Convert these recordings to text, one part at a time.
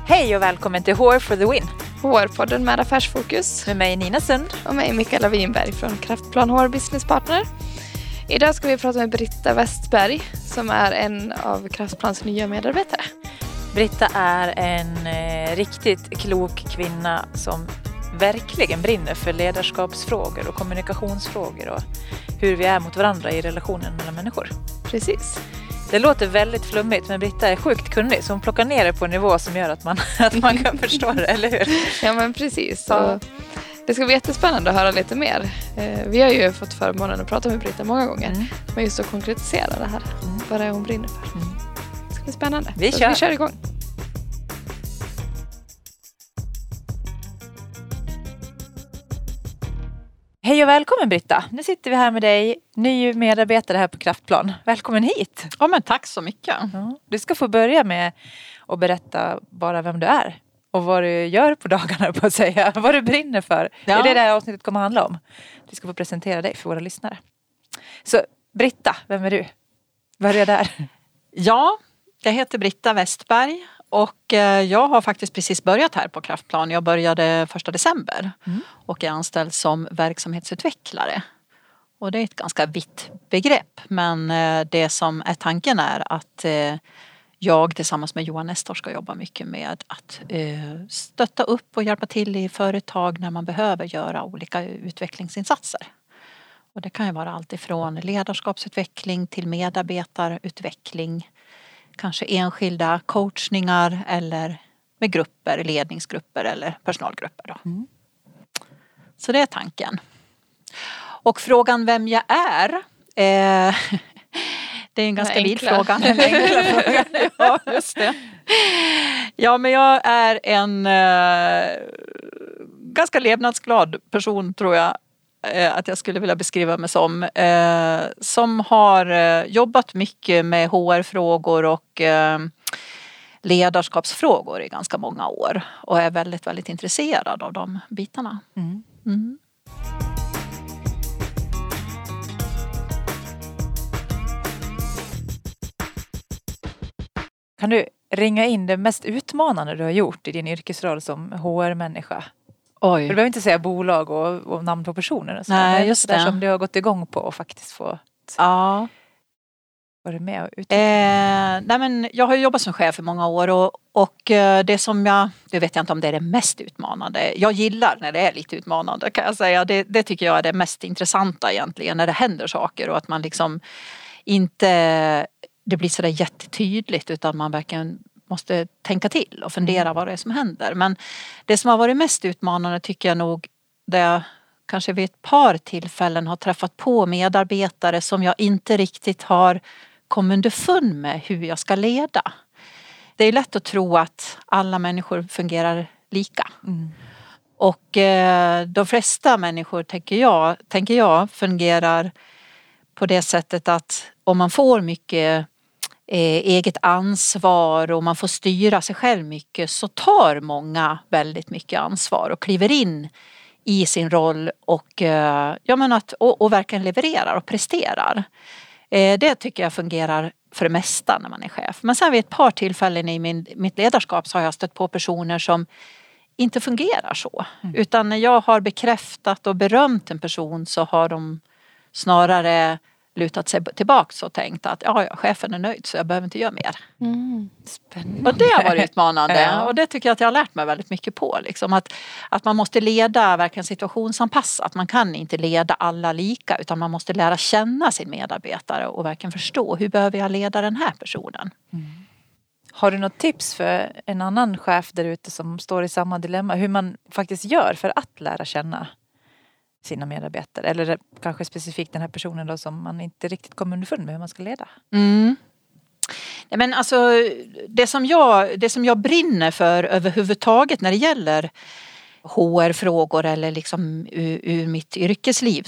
Hej och välkommen till HR for the Win. HR-podden med affärsfokus. Med mig Nina Sund. Och mig Mikaela Winberg från Kraftplan HR Business Partner. Idag ska vi prata med Britta Westberg som är en av Kraftplans nya medarbetare. Britta är en riktigt klok kvinna som verkligen brinner för ledarskapsfrågor och kommunikationsfrågor och hur vi är mot varandra i relationen mellan människor. Precis. Det låter väldigt flummigt, men Britta är sjukt kunnig så hon plockar ner det på en nivå som gör att man kan förstå det, eller hur? Ja, men precis. Så det ska bli jättespännande att höra lite mer. Vi har ju fått förmånen att prata med Britta många gånger. Men just att konkretisera det här. Vad det är hon brinner för. Det ska bli spännande. Vi kör igång. Hej och välkommen Britta. Nu sitter vi här med dig, ny medarbetare här på Kraftplan. Välkommen hit. Ja, men tack så mycket. Ja, du ska få börja med att berätta bara vem du är. Och vad du gör på dagarna, på att säga. Vad du brinner för. Ja. Det är det här avsnittet kommer handla om. Vi ska få presentera dig för våra lyssnare. Så Britta, vem är du? Börja där. Ja, jag heter Britta Westberg. Och jag har faktiskt precis börjat här på Kraftplan. Jag började 1 december och är anställd som verksamhetsutvecklare. Och det är ett ganska vitt begrepp. Men det som är tanken är att jag tillsammans med Johan Nestor ska jobba mycket med att stötta upp och hjälpa till i företag när man behöver göra olika utvecklingsinsatser. Och det kan ju vara allt ifrån ledarskapsutveckling till medarbetarutveckling. Kanske enskilda coachningar eller med grupper, ledningsgrupper eller personalgrupper. Då. Så det är tanken. Och frågan vem jag är, det är en ganska vid fråga. Den enkla frågan. Ja, just det. Ja, men jag är en ganska levnadsglad person tror jag. Att jag skulle vilja beskriva mig som har jobbat mycket med HR-frågor och ledarskapsfrågor i ganska många år och är väldigt, väldigt intresserad av de bitarna. Kan du ringa in det mest utmanande du har gjort i din yrkesroll som HR-människa? Oj. Du behöver inte säga bolag och namn på personer. Nej, just det. Som du har gått igång på och faktiskt få vara med och utveckla. Nej, men jag har jobbat som chef i många år och det som det vet jag inte om det är det mest utmanande. Jag gillar när det är lite utmanande kan jag säga. Det tycker jag är det mest intressanta egentligen när det händer saker och att man liksom inte det blir så där jättetydligt utan man verkligen måste tänka till och fundera vad det är som händer. Men det som har varit mest utmanande tycker jag nog där jag kanske vid ett par tillfällen har träffat på medarbetare som jag inte riktigt har kommit underfund med hur jag ska leda. Det är lätt att tro att alla människor fungerar lika. Och de flesta människor tänker jag fungerar på det sättet att om man får mycket eget ansvar och man får styra sig själv mycket så tar många väldigt mycket ansvar och kliver in i sin roll och verkligen levererar och presterar. Det tycker jag fungerar för det mesta när man är chef. Men sen vid ett par tillfällen i mitt ledarskap så har jag stött på personer som inte fungerar så. Utan när jag har bekräftat och berömt en person så har de snarare lutat sig tillbaka och tänkt att chefen är nöjd så jag behöver inte göra mer. Spännande. Och det har varit utmanande och det tycker jag att jag har lärt mig väldigt mycket på. Liksom att man måste leda verkligen situationsanpassat. Man kan inte leda alla lika utan man måste lära känna sin medarbetare och verkligen förstå hur behöver jag leda den här personen. Har du något tips för en annan chef där ute som står i samma dilemma? Hur man faktiskt gör för att lära känna sina medarbetare eller kanske specifikt den här personen då som man inte riktigt kommer underfund med hur man ska leda. Ja, men alltså det som jag brinner för överhuvudtaget när det gäller HR-frågor eller liksom ur mitt yrkesliv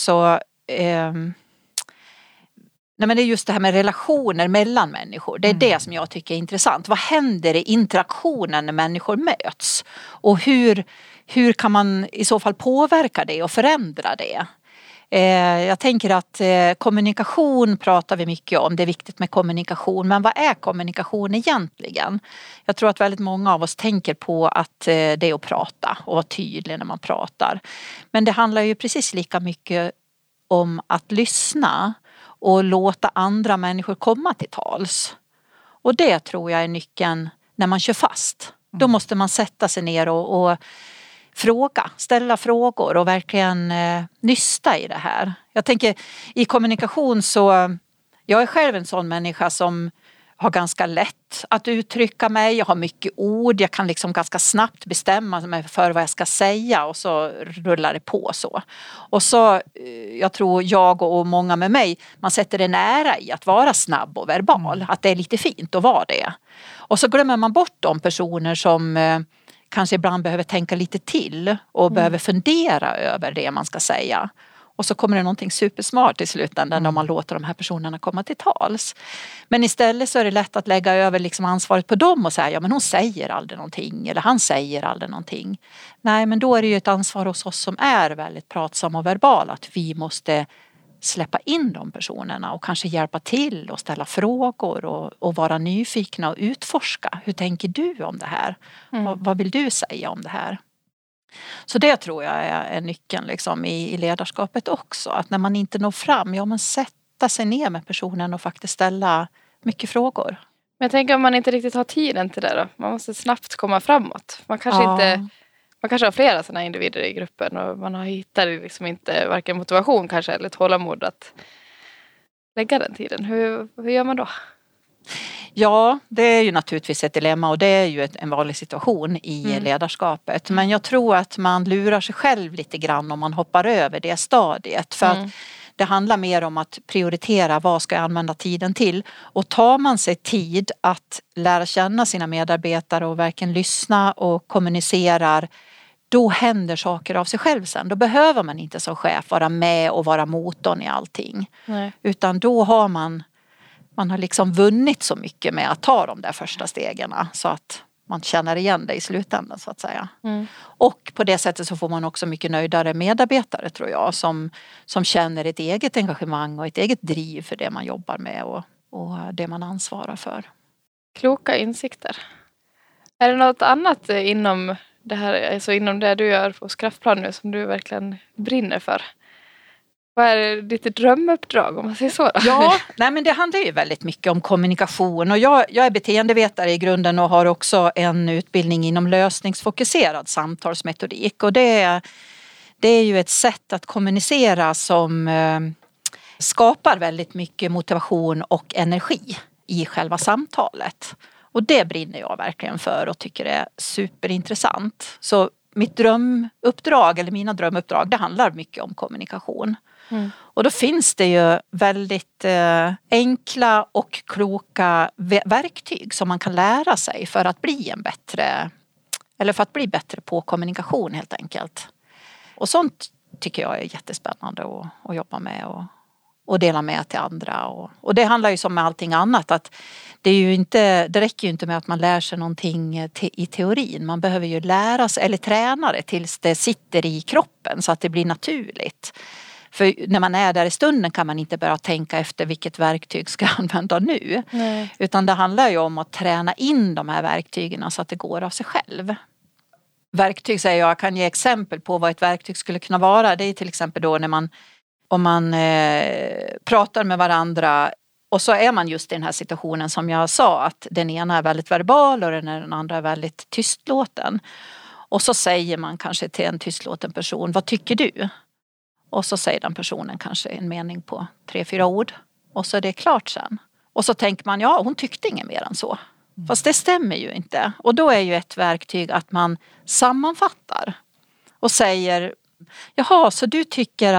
nej, men det är just det här med relationer mellan människor. Det är det som jag tycker är intressant. Vad händer i interaktionen när människor möts? Och hur kan man i så fall påverka det och förändra det? Jag tänker att kommunikation pratar vi mycket om. Det är viktigt med kommunikation. Men vad är kommunikation egentligen? Jag tror att väldigt många av oss tänker på att det är att prata och vara tydlig när man pratar. Men det handlar ju precis lika mycket om att lyssna och låta andra människor komma till tals. Och det tror jag är nyckeln när man kör fast. Då måste man sätta sig ner och ställa frågor och verkligen nysta i det här. Jag tänker i kommunikation så, jag är själv en sån människa som har ganska lätt att uttrycka mig. Jag har mycket ord, jag kan liksom ganska snabbt bestämma mig för vad jag ska säga och så rullar det på så. Och så, jag tror jag och många med mig, man sätter det nära i att vara snabb och verbal. Att det är lite fint att vara det. Och så glömmer man bort de personer som kanske ibland behöver tänka lite till och behöver fundera över det man ska säga. Och så kommer det någonting supersmart i slutändan om man låter de här personerna komma till tals. Men istället så är det lätt att lägga över liksom ansvaret på dem och säga ja men hon säger aldrig någonting eller han säger aldrig någonting. Nej, men då är det ju ett ansvar hos oss som är väldigt pratsamma och verbala att vi måste släppa in de personerna och kanske hjälpa till och ställa frågor och vara nyfikna och utforska. Hur tänker du om det här? Vad vill du säga om det här? Så det tror jag är nyckeln liksom i ledarskapet också. Att när man inte når fram, ja men sätta sig ner med personen och faktiskt ställa mycket frågor. Men jag tänker om man inte riktigt har tiden till det då. Man måste snabbt komma framåt. Man kanske har flera sådana individer i gruppen och man har hittat liksom inte varken motivation kanske eller tålamod att lägga den tiden. Hur gör man då? Ja, det är ju naturligtvis ett dilemma och det är ju en vanlig situation i ledarskapet. Men jag tror att man lurar sig själv lite grann om man hoppar över det stadiet. För att det handlar mer om att prioritera vad ska jag använda tiden till. Och tar man sig tid att lära känna sina medarbetare och verkligen lyssna och kommunicerar, då händer saker av sig själv sen. Då behöver man inte som chef vara med och vara motorn i allting. Nej. Utan då har man har liksom vunnit så mycket med att ta de där första stegen så att man känner igen det i slutändan så att säga. Och på det sättet så får man också mycket nöjdare medarbetare tror jag som känner ett eget engagemang och ett eget driv för det man jobbar med och det man ansvarar för. Kloka insikter. Är det något annat inom det här, alltså inom det du gör på Kraftplan nu som du verkligen brinner för? Vad är ditt drömuppdrag om man säger så då? Ja, men det handlar ju väldigt mycket om kommunikation och jag är beteendevetare i grunden och har också en utbildning inom lösningsfokuserad samtalsmetodik och det är ju ett sätt att kommunicera som skapar väldigt mycket motivation och energi i själva samtalet. Och det brinner jag verkligen för och tycker är superintressant. Så mitt drömuppdrag eller mina drömuppdrag det handlar mycket om kommunikation. Och då finns det ju väldigt enkla och kloka verktyg som man kan lära sig för att bli bättre på kommunikation helt enkelt. Och sånt tycker jag är jättespännande att jobba med och dela med till andra. Och det handlar ju som med allting annat att det räcker ju inte med att man lär sig någonting i teorin. Man behöver ju lära sig eller träna det tills det sitter i kroppen så att det blir naturligt. För när man är där i stunden kan man inte bara tänka efter vilket verktyg ska jag använda nu. Nej. Utan det handlar ju om att träna in de här verktygen så att det går av sig själv. Verktyg säger jag kan ge exempel på vad ett verktyg skulle kunna vara. Det är till exempel då om man pratar med varandra och så är man just i den här situationen som jag sa att den ena är väldigt verbal och den andra är väldigt tystlåten. Och så säger man kanske till en tystlåten person, vad tycker du? Och så säger den personen kanske en mening på 3-4 ord. Och så är det klart sen. Och så tänker man, ja hon tyckte inget mer än så. Fast det stämmer ju inte. Och då är ju ett verktyg att man sammanfattar. Och säger, jaha så du tycker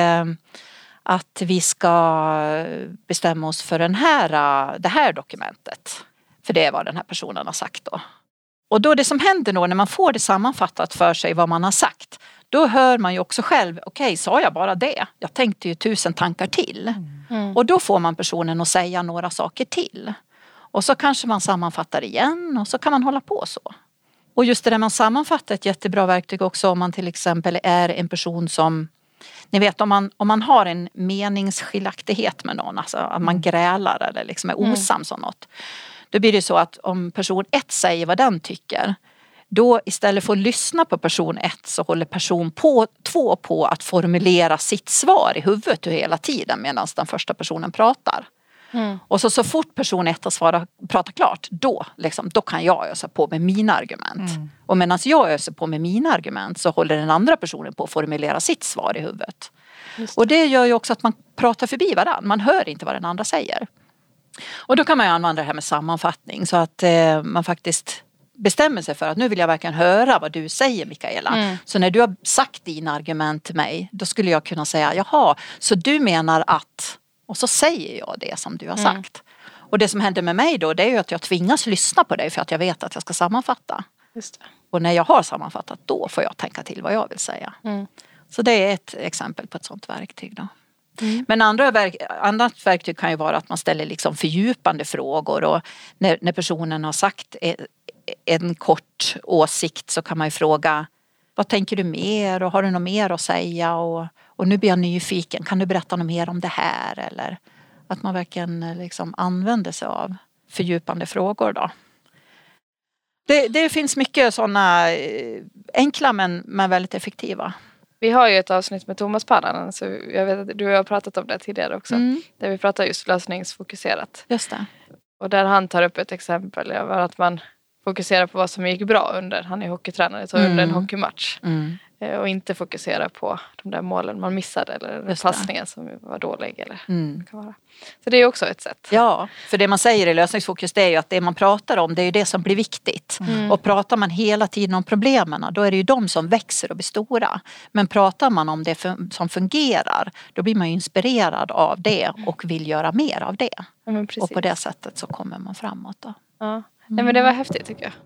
att vi ska bestämma oss för det här dokumentet. För det är vad den här personen har sagt då. Och då det som händer då när man får det sammanfattat för sig vad man har sagt. Då hör man ju också själv, okej, sa jag bara det? Jag tänkte ju 1000 tankar till. Och då får man personen att säga några saker till. Och så kanske man sammanfattar igen och så kan man hålla på så. Och just det där man sammanfattar ett jättebra verktyg också om man till exempel är en person som Ni vet om man har en meningsskiljaktighet med någon, alltså att man grälar eller liksom är osams om något. Då blir det så att om person 1 säger vad den tycker, då istället för att lyssna på person 1 så håller person 2 på att formulera sitt svar i huvudet hela tiden medan den första personen pratar. Och så fort person 1 har pratat klart, då kan jag ösa på med mina argument. Och medan jag öser på med mina argument så håller den andra personen på att formulera sitt svar i huvudet. Och det gör ju också att man pratar förbi varandra. Man hör inte vad den andra säger. Och då kan man ju använda det här med sammanfattning så att man faktiskt bestämmer sig för att nu vill jag verkligen höra vad du säger, Mikaela. Så när du har sagt dina argument till mig, då skulle jag kunna säga, jaha, så du menar att... Och så säger jag det som du har sagt. Och det som händer med mig då, det är ju att jag tvingas lyssna på dig för att jag vet att jag ska sammanfatta. Just det. Och när jag har sammanfattat, då får jag tänka till vad jag vill säga. Så det är ett exempel på ett sånt verktyg då. Men annat verktyg kan ju vara att man ställer liksom fördjupande frågor. Och när personen har sagt en kort åsikt så kan man ju fråga, vad tänker du mer och har du något mer att säga? Och nu blir jag nyfiken, kan du berätta något mer om det här? Eller att man verkligen liksom använder sig av fördjupande frågor då. Det finns mycket sådana enkla men väldigt effektiva. Vi har ju ett avsnitt med Thomas Pannanen, så jag vet att du har pratat om det tidigare också. Där vi pratar just lösningsfokuserat. Just det. Och där han tar upp ett exempel över att man fokuserar på vad som gick bra han är hockeytränare, så under en hockeymatch. Och inte fokusera på de där målen man missade eller passningen som var dålig. Eller kan vara. Så det är också ett sätt. Ja, för det man säger i lösningsfokus, det är ju att det man pratar om, det är ju det som blir viktigt. Och pratar man hela tiden om problemen, då är det ju de som växer och blir stora. Men pratar man om det som fungerar, då blir man ju inspirerad av det och vill göra mer av det. Ja, och på det sättet så kommer man framåt då. Ja. Nej, men det var häftigt tycker jag.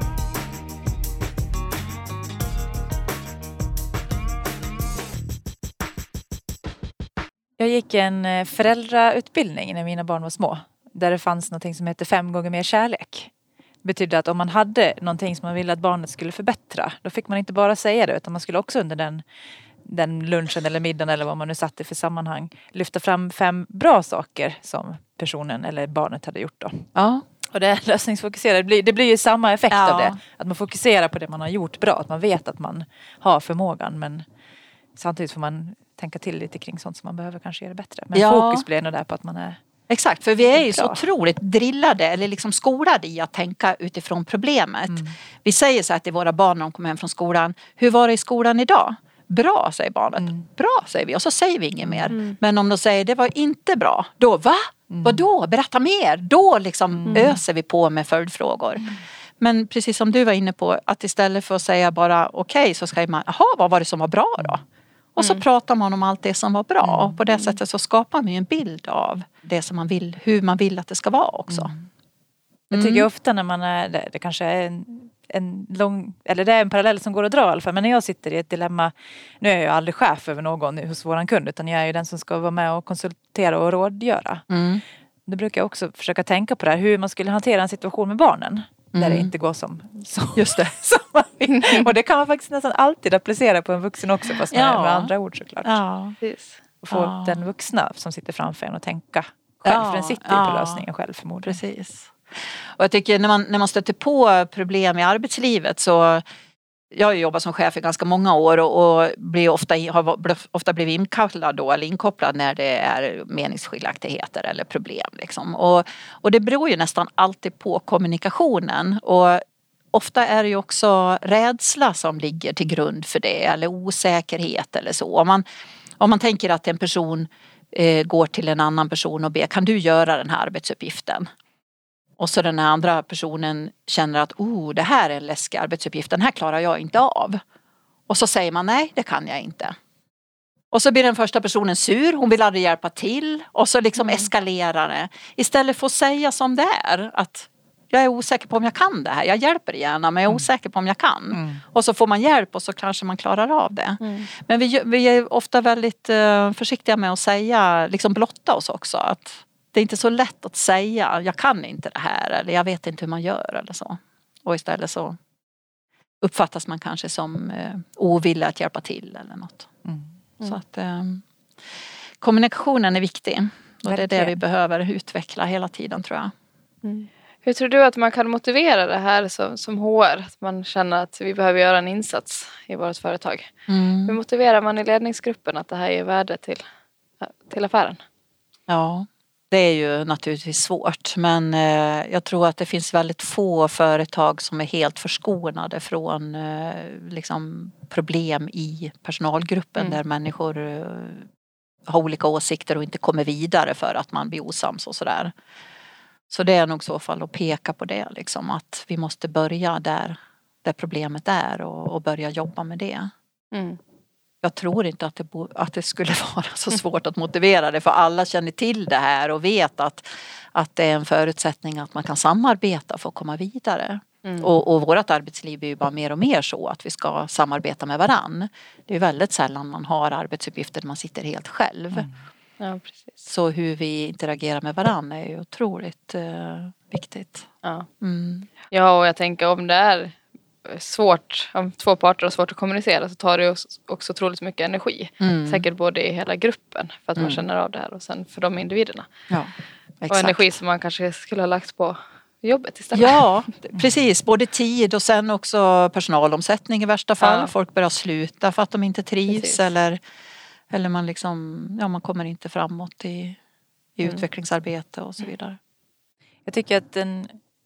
Jag gick en föräldrautbildning när mina barn var små. Där det fanns något som heter 5 gånger mer kärlek. Det betydde att om man hade någonting som man ville att barnet skulle förbättra, då fick man inte bara säga det, utan man skulle också under den lunchen eller middagen eller vad man nu satt i för sammanhang lyfta fram 5 bra saker som personen eller barnet hade gjort då. Ja. Och det är lösningsfokuserat. Det blir ju samma effekt av det. Att man fokuserar på det man har gjort bra. Att man vet att man har förmågan. Men samtidigt får man tänka till lite kring sånt som man behöver kanske göra bättre. Men fokus blir ändå där på att man är... Exakt, för vi är ju så otroligt drillade eller liksom skolade i att tänka utifrån problemet. Vi säger så här till våra barn när de kommer hem från skolan. Hur var det i skolan idag? Bra, säger barnet. Bra, säger vi. Och så säger vi inget mer. Men om de säger det var inte bra, då va? Vadå? Berätta mer. Då liksom öser vi på med följdfrågor. Men precis som du var inne på, att istället för att säga bara okej, så ska man, vad var det som var bra då? Och så pratar man om allt det som var bra. Och på det sättet så skapar man ju en bild av det som man vill, hur man vill att det ska vara också. Jag tycker ofta när man är, det kanske är en lång, eller det är en parallell som går att dra i alla fall. Men när jag sitter i ett dilemma, nu är jag ju aldrig chef över någon hos våran kund, utan jag är ju den som ska vara med och konsultera och rådgöra. Då brukar jag också försöka tänka på det här, hur man skulle hantera en situation med barnen. Där det inte går som just det. Som man vill. Och det kan man faktiskt nästan alltid applicera på en vuxen också, fast med andra ord såklart. Ja. Och få den vuxna som sitter framför en och tänka själv, för den sitter på lösningen själv förmodligen. Precis. Och jag tycker när man stöter på problem i arbetslivet, så jag har jobbat som chef i ganska många år och har ofta blivit inkallad då, eller inkopplad när det är meningsskiljaktigheter eller problem liksom. Och det beror ju nästan alltid på kommunikationen, och ofta är det ju också rädsla som ligger till grund för det, eller osäkerhet eller så. Om man tänker att en person går till en annan person och ber, kan du göra den här arbetsuppgiften? Och så den här andra personen känner att det här är en läskig arbetsuppgift, den här klarar jag inte av. Och så säger man nej, det kan jag inte. Och så blir den första personen sur, hon vill aldrig hjälpa till. Och så liksom eskalerar det. Istället för att säga som det är, att jag är osäker på om jag kan det här. Jag hjälper gärna, men jag är osäker på om jag kan. Och så får man hjälp och så kanske man klarar av det. Men vi är ofta väldigt försiktiga med att säga, liksom blotta oss också, att det är inte så lätt att säga, jag kan inte det här, eller jag vet inte hur man gör eller så. Och istället så uppfattas man kanske som ovillig att hjälpa till eller något. Så att kommunikationen är viktig. Och det är det vi behöver utveckla hela tiden, tror jag. Hur tror du att man kan motivera det här som HR? Att man känner att vi behöver göra en insats i vårt företag. Hur motiverar man i ledningsgruppen att det här är värde till affären? Ja, det är ju naturligtvis svårt. Men jag tror att det finns väldigt få företag som är helt förskonade från liksom problem i personalgruppen. Där människor har olika åsikter och inte kommer vidare för att man blir osams och sådär. Så det är nog så fall att peka på det. Liksom, att vi måste börja där problemet är och börja jobba med det. Jag tror inte att det skulle vara så svårt att motivera det. För alla känner till det här och vet att det är en förutsättning att man kan samarbeta för att komma vidare. Och vårt arbetsliv är ju bara mer och mer så att vi ska samarbeta med varann. Det är väldigt sällan man har arbetsuppgifter där man sitter helt själv. Ja, precis. Så hur vi interagerar med varann är ju otroligt viktigt. Ja, och jag tänker om det är svårt, om två parter har svårt att kommunicera så tar det också otroligt mycket energi. Säkert både i hela gruppen för att man känner av det här och sen för de individerna. Ja, exakt. Och energi som man kanske skulle ha lagt på jobbet istället. Ja, precis. Både tid och sen också personalomsättning i värsta fall. Ja. Folk börjar sluta för att de inte trivs eller man liksom, man kommer inte framåt i utvecklingsarbete och så vidare. Jag tycker att ett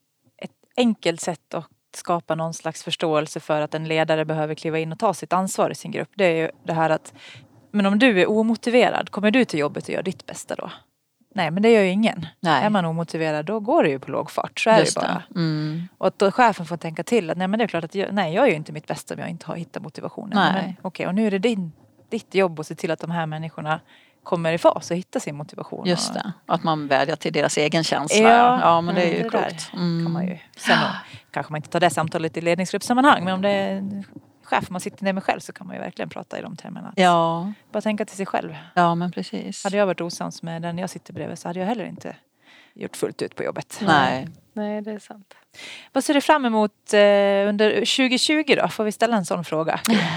enkelt sätt att skapa någon slags förståelse för att en ledare behöver kliva in och ta sitt ansvar i sin grupp. Det är ju det här att, men om du är omotiverad, kommer du till jobbet och gör ditt bästa då? Nej, men det gör ju ingen. Nej. Är man omotiverad, då går det ju på låg fart. Så är det ju bara. Och att då chefen får tänka till att nej, men det är klart att jag gör ju inte mitt bästa om jag inte har hittat motivationen. Nej. Okej, och nu är det ditt jobb att se till att de här människorna kommer i fas och hittar sin motivation. Just det, att man vädjar till deras egen känsla. Ja, men det är ju klokt. Kan man ju. Sen kanske man inte tar det samtalet i ledningsgruppssammanhang, men om det är chef man sitter ner med själv så kan man ju verkligen prata i de termerna. Ja. Bara tänka till sig själv. Ja, men precis. Hade jag varit osams med den jag sitter bredvid så hade jag heller inte gjort fullt ut på jobbet. Nej, det är sant. Vad ser du fram emot under 2020 då? Får vi ställa en sån fråga?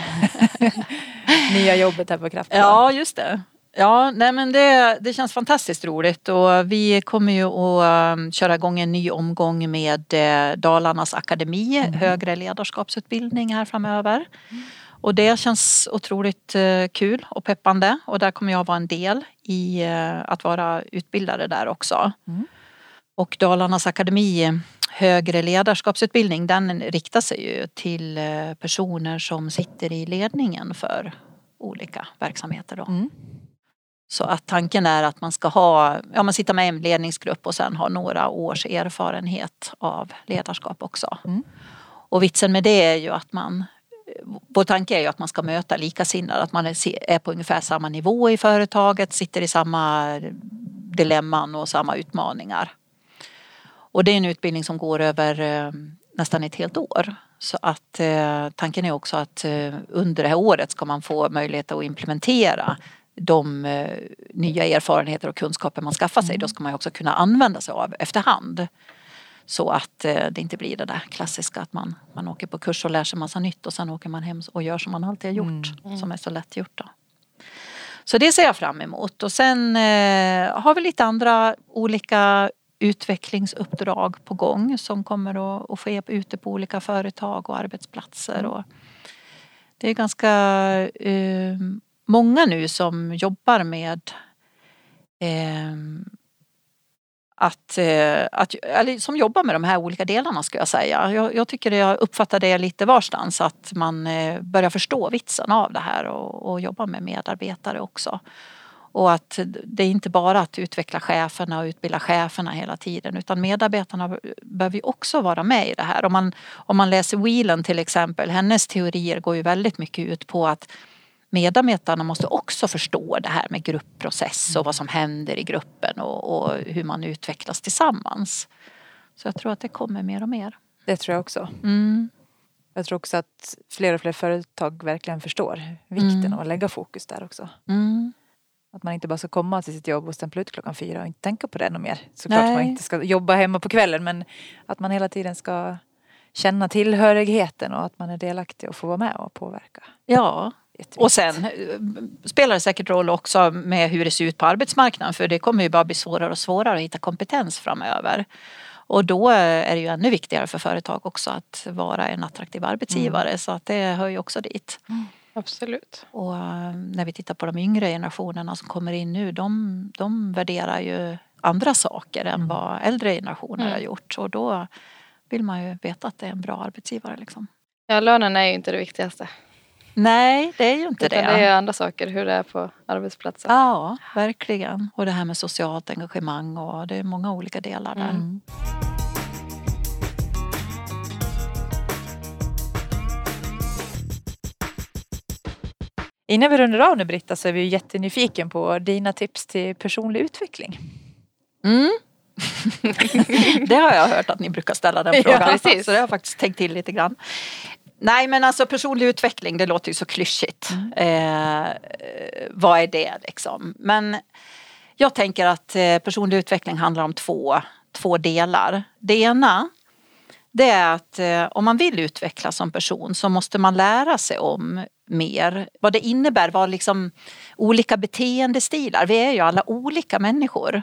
Nya jobbet här på Kraftplan. Ja, just det. Ja, nej men det känns fantastiskt roligt och vi kommer ju att köra igång en ny omgång med Dalarnas akademi, högre ledarskapsutbildning här framöver. Och det känns otroligt kul och peppande och där kommer jag vara en del i att vara utbildare där också. Och Dalarnas akademi, högre ledarskapsutbildning, den riktar sig ju till personer som sitter i ledningen för olika verksamheter då. Så att tanken är att man ska man sitter med i en ledningsgrupp och sen ha några års erfarenhet av ledarskap också. Och vitsen med det är ju att vår tanke är ju att man ska möta likasinnade, att man är på ungefär samma nivå i företaget, sitter i samma dilemman och samma utmaningar. Och det är en utbildning som går över nästan ett helt år. Så att tanken är också att under det här året ska man få möjlighet att implementera de nya erfarenheter och kunskaper man skaffar sig. Då ska man ju också kunna använda sig av efterhand. Så att det inte blir det där klassiska att man åker på kurs och lär sig massa nytt och sen åker man hem och gör som man alltid har gjort. Som är så lätt gjort då. Så det ser jag fram emot. Och sen har vi lite andra olika utvecklingsuppdrag på gång som kommer att ske ute på olika företag och arbetsplatser. Och det är ganska många nu som jobbar med eller som jobbar med de här olika delarna ska jag säga. Jag tycker jag uppfattar det lite varstans att man börjar förstå vitsen av det här och jobba med medarbetare också. Och att det är inte bara att utveckla cheferna och utbilda cheferna hela tiden utan medarbetarna behöver ju också vara med i det här. Om man läser Whelan till exempel, hennes teorier går ju väldigt mycket ut på att medarbetarna måste också förstå det här med gruppprocess och vad som händer i gruppen och hur man utvecklas tillsammans. Så jag tror att det kommer mer och mer. Det tror jag också. Jag tror också att fler och fler företag verkligen förstår vikten av att lägga fokus där också. Att man inte bara ska komma till sitt jobb och stämpla ut 4:00 och inte tänka på det något mer. Såklart man inte ska jobba hemma på kvällen men att man hela tiden ska känna tillhörigheten och att man är delaktig och får vara med och påverka. Ja, Och sen spelar det säkert roll också med hur det ser ut på arbetsmarknaden. För det kommer ju bara bli svårare och svårare att hitta kompetens framöver. Och då är det ju ännu viktigare för företag också att vara en attraktiv arbetsgivare. Så att det hör ju också dit. Absolut. Och när vi tittar på de yngre generationerna som kommer in nu. De värderar ju andra saker än vad äldre generationer har gjort. Och då vill man ju veta att det är en bra arbetsgivare liksom. Ja, lönen är ju inte det viktigaste. Nej, det är ju inte det. Det är andra saker, hur det är på arbetsplatsen. Ja, verkligen. Och det här med socialt engagemang och det är många olika delar där. Innan vi rundar av nu, Britta, så är vi ju jättenyfiken på dina tips till personlig utveckling. Det har jag hört att ni brukar ställa den frågan. Ja, precis. Så det har jag faktiskt tänkt till lite grann. Nej, men alltså personlig utveckling, det låter ju så klyschigt. Vad är det liksom? Men jag tänker att personlig utveckling handlar om två delar. Det ena, det är att om man vill utvecklas som person så måste man lära sig om mer. Vad det innebär, vad liksom olika beteendestilar. Vi är ju alla olika människor.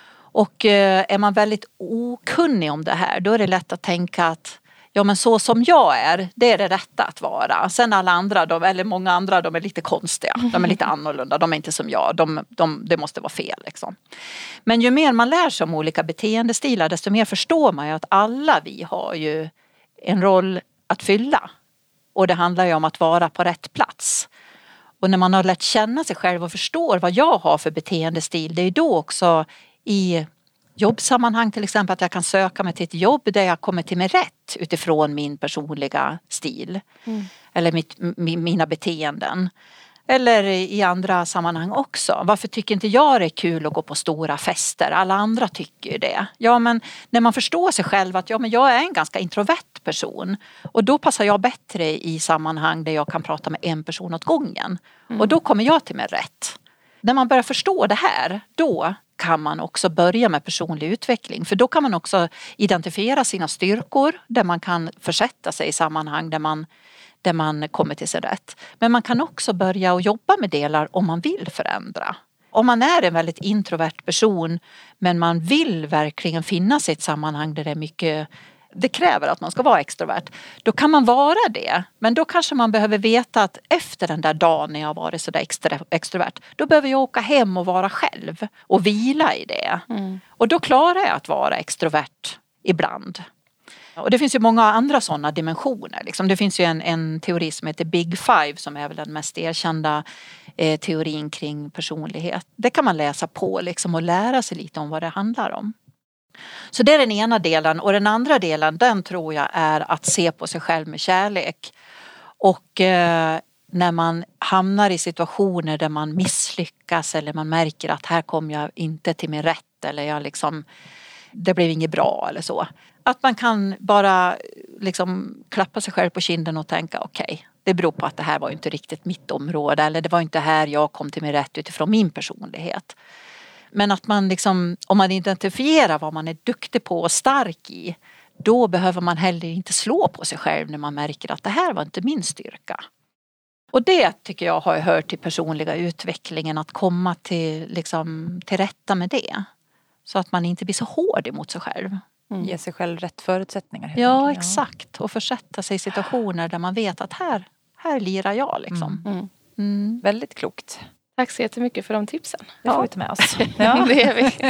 Och är man väldigt okunnig om det här, då är det lätt att tänka att ja, men så som jag är, det är det rätta att vara. Sen alla andra, eller många andra, de är lite konstiga. De är lite annorlunda, de är inte som jag. Det måste vara fel liksom. Men ju mer man lär sig om olika beteendestilar, desto mer förstår man ju att alla vi har ju en roll att fylla. Och det handlar ju om att vara på rätt plats. Och när man har lärt känna sig själv och förstår vad jag har för beteendestil, det är då också i jobbsammanhang till exempel att jag kan söka mig till ett jobb där jag kommer till mig rätt utifrån min personliga stil. Eller mina beteenden. Eller i andra sammanhang också. Varför tycker inte jag det är kul att gå på stora fester? Alla andra tycker ju det. Ja, men när man förstår sig själv att men jag är en ganska introvert person. Och då passar jag bättre i sammanhang där jag kan prata med en person åt gången. Och då kommer jag till mig rätt. När man börjar förstå det här, då kan man också börja med personlig utveckling. För då kan man också identifiera sina styrkor där man kan försätta sig i sammanhang där man kommer till sig rätt. Men man kan också börja att jobba med delar om man vill förändra. Om man är en väldigt introvert person men man vill verkligen finnas i ett sammanhang där det är mycket, det kräver att man ska vara extrovert. Då kan man vara det. Men då kanske man behöver veta att efter den där dagen när jag har varit så där extrovert, då behöver jag åka hem och vara själv och vila i det. Och då klarar jag att vara extrovert ibland. Och det finns ju många andra sådana dimensioner. Liksom. Det finns ju en teori som heter Big Five som är väl den mest erkända teorin kring personlighet. Det kan man läsa på liksom, och lära sig lite om vad det handlar om. Så det är den ena delen. Och den andra delen, den tror jag är att se på sig själv med kärlek. Och när man hamnar i situationer där man misslyckas eller man märker att här kom jag inte till min rätt eller jag liksom, det blev inget bra eller så. Att man kan bara liksom klappa sig själv på kinden och tänka okej, det beror på att det här var inte riktigt mitt område eller det var inte här jag kom till mig rätt utifrån min personlighet. Men att man liksom, om man identifierar vad man är duktig på och stark i, då behöver man heller inte slå på sig själv när man märker att det här var inte min styrka. Och det tycker jag har hört till personliga utvecklingen, att komma till rätta med det. Så att man inte blir så hård emot sig själv. Ge sig själv rätt förutsättningar. Ja, exakt. Och försätta sig i situationer där man vet att här lirar jag liksom. Väldigt klokt. Tack så jättemycket för de tipsen. Det får vi ta med oss. Ja, det är vi.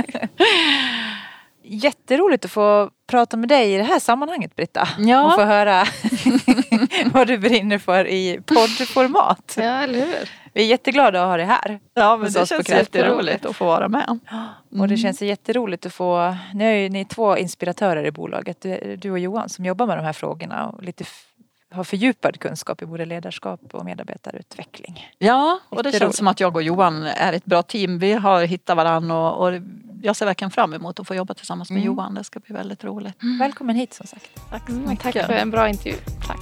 Jätteroligt att få prata med dig i det här sammanhanget, Britta. Ja. Och få höra vad du brinner för i poddformat. Ja, eller hur? Vi är jätteglada att ha dig här. Ja, men det känns jätteroligt att få vara med. Och det känns jätteroligt att få, nu är ju ni 2 inspiratörer i bolaget, du och Johan, som jobbar med de här frågorna och lite har fördjupad kunskap i både ledarskap och medarbetarutveckling. Ja, och det känns som att jag och Johan är ett bra team. Vi har hittat varandra och jag ser verkligen fram emot att få jobba tillsammans med Johan. Det ska bli väldigt roligt. Välkommen hit som sagt. Tack så mycket. Tack för en bra intervju. Tack.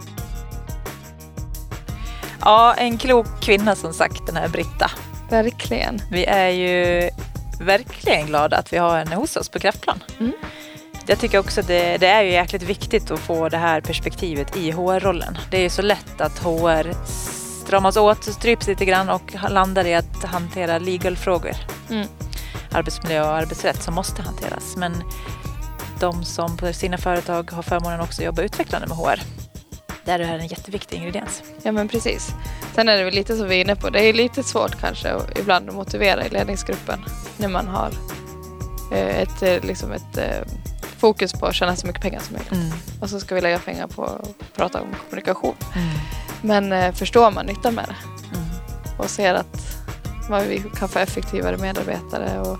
Ja, en klok kvinna som sagt, den här Britta. Verkligen. Vi är ju verkligen glada att vi har henne hos oss på Kraftplan. Jag tycker också att det är ju jäkligt viktigt att få det här perspektivet i HR-rollen. Det är ju så lätt att HR stramas åt, stryps lite grann och landar i att hantera legal-frågor. Arbetsmiljö och arbetsrätt som måste hanteras. Men de som på sina företag har förmånen också jobba utvecklande med HR. Där är det här en jätteviktig ingrediens. Ja, men precis. Sen är det väl lite som vi är inne på. Det är lite svårt kanske ibland att motivera i ledningsgruppen när man har ett fokus på att tjäna så mycket pengar som möjligt. Och så ska vi lägga pengar på att prata om kommunikation. Men förstår man nyttan med det och ser att vi kan få effektivare medarbetare och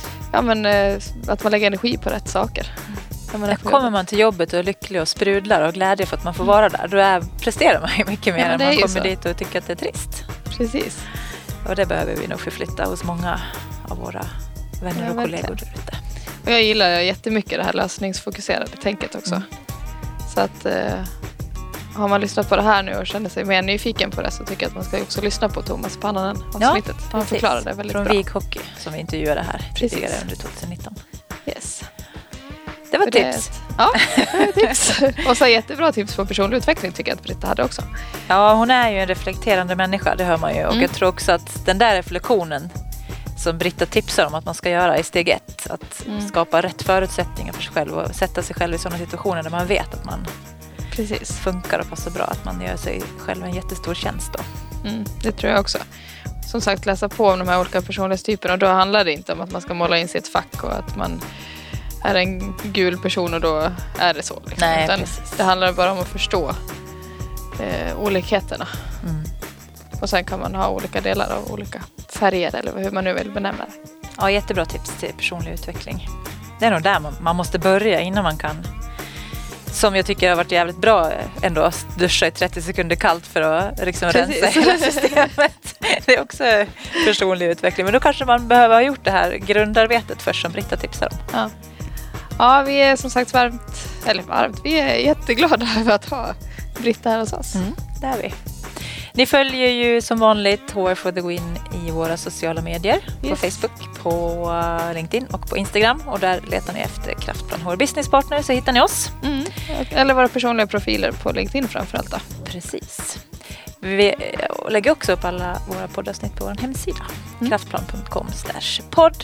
att man lägger energi på rätt saker. Kommer man till jobbet och är lycklig och sprudlar och glädje för att man får vara där, då presterar man ju mycket mer än man kommer dit och tycker att det är trist. Precis. Och det behöver vi nog förflytta hos många av våra vänner och kollegor där ute. Och jag gillar jättemycket det här lösningsfokuserade tänket också. Så att har man lyssnat på det här nu och känner sig mer nyfiken på det, så tycker jag att man ska också lyssna på Thomas Pannanen avsnittet. Han förklarar det väldigt bra. Från Vig Hockey som vi intervjuade här tidigare under 2019. Yes. Det var tips. Ja, det var tips. Och så jättebra tips på personlig utveckling tycker jag att Britta hade också. Ja, hon är ju en reflekterande människa, det hör man ju. Och jag tror också att den där reflektionen som Britta tipsar om att man ska göra i steg 1, att skapa rätt förutsättningar för sig själv och sätta sig själv i sådana situationer där man vet att man funkar och passar bra, att man gör sig själv en jättestor tjänst då. Det tror jag också. Som sagt, läsa på om de här olika personlighetstyperna, och då handlar det inte om att man ska måla in sig i ett fack och att man är en gul person och då är det så. Liksom. Nej, det handlar bara om att förstå olikheterna. Och sen kan man ha olika delar av olika färger eller hur man nu vill benämna det. Ja, jättebra tips till personlig utveckling. Det är nog där man måste börja innan man kan, som jag tycker har varit jävligt bra ändå, att duscha i 30 sekunder kallt för att liksom rensa hela systemet. Det är också personlig utveckling. Men då kanske man behöver ha gjort det här grundarbetet först som Britta tipsar om. Ja, vi är som sagt vi är jätteglada över att ha Britta här hos oss. Det är vi. Ni följer ju som vanligt HR for the Win i våra sociala medier. På Facebook, på LinkedIn och på Instagram. Och där letar ni efter Kraftplan HR Business Partner, så hittar ni oss. Eller våra personliga profiler på LinkedIn framförallt då. Precis. Vi lägger också upp alla våra poddavsnitt på vår hemsida. kraftplan.com/podd.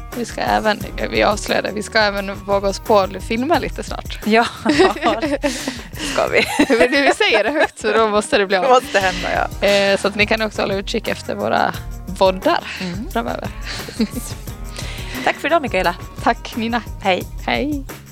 Vi avslöjade, vi ska även våga oss på att filma lite snart. Ja, det ska vi. Men vi säger det högt, så då måste det bli av. Det måste hända, ja. Så att ni kan också hålla utkik efter våra poddar framöver. Tack för idag, Mikaela. Tack, Nina. Hej. Hej.